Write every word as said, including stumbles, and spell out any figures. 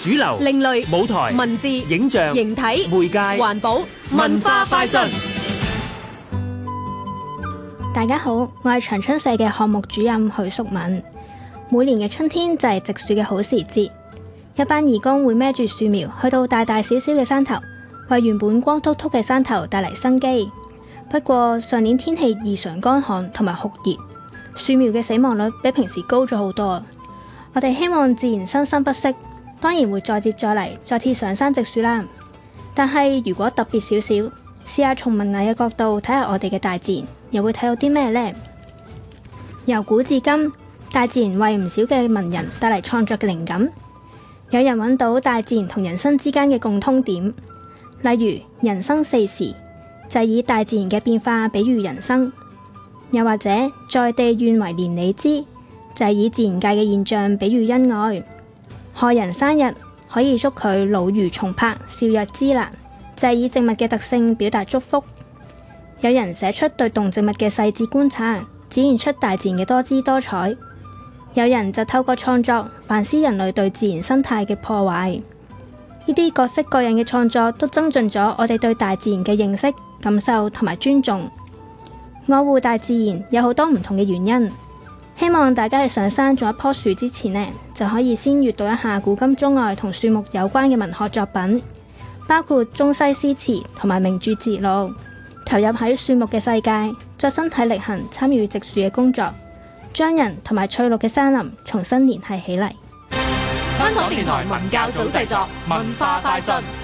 主流、 另類舞台、 文字、 影像、 形體、 媒介、 環保、文化快訊。 大家好，我係長春社嘅項目主任許淑敏。每年嘅春天就係植樹嘅好時節，一班義工會孭住樹苗去到大大小小嘅山頭，為原本光禿禿嘅山頭帶嚟生機。不過上年天氣異常乾旱同埋酷熱，樹苗嘅死亡率比平時高咗好多。我哋希望自然生生不息，當然會再接再厲，再次上山植樹啦。但係如果特別少少，試下從文藝嘅角度睇下我哋嘅大自然，又會睇到啲咩呢？由古至今，大自然為唔少嘅文人帶嚟創作嘅靈感。有人揾到大自然同人生之間嘅共通點，例如人生四時，就係以大自然嘅變化比喻人生；又或者在地願為連理枝，就係以自然界嘅現象比喻恩愛。賀人生日可以祝佢老如松柏，少若芝蘭，就係以植物嘅特性表達祝福。有人寫出對動植物嘅細緻觀察，展現出大自然嘅多姿多彩。有人就透過創作反思人類對自然生態嘅破壞。呢啲各式各樣嘅創作都增進咗我哋對大自然嘅認識、感受同埋尊重。愛護大自然有好多唔同嘅原因，希望大家喺上山種一棵樹之前呢，就可以先閱讀一下古今中外同樹木有關嘅文學作品，包括中西詩詞同埋名著節錄，投入喺樹木嘅世界，再身體力行參與植樹嘅工作，將人同埋翠綠嘅山林重新聯繫起嚟。 香港電台文教組製作，文化快訊。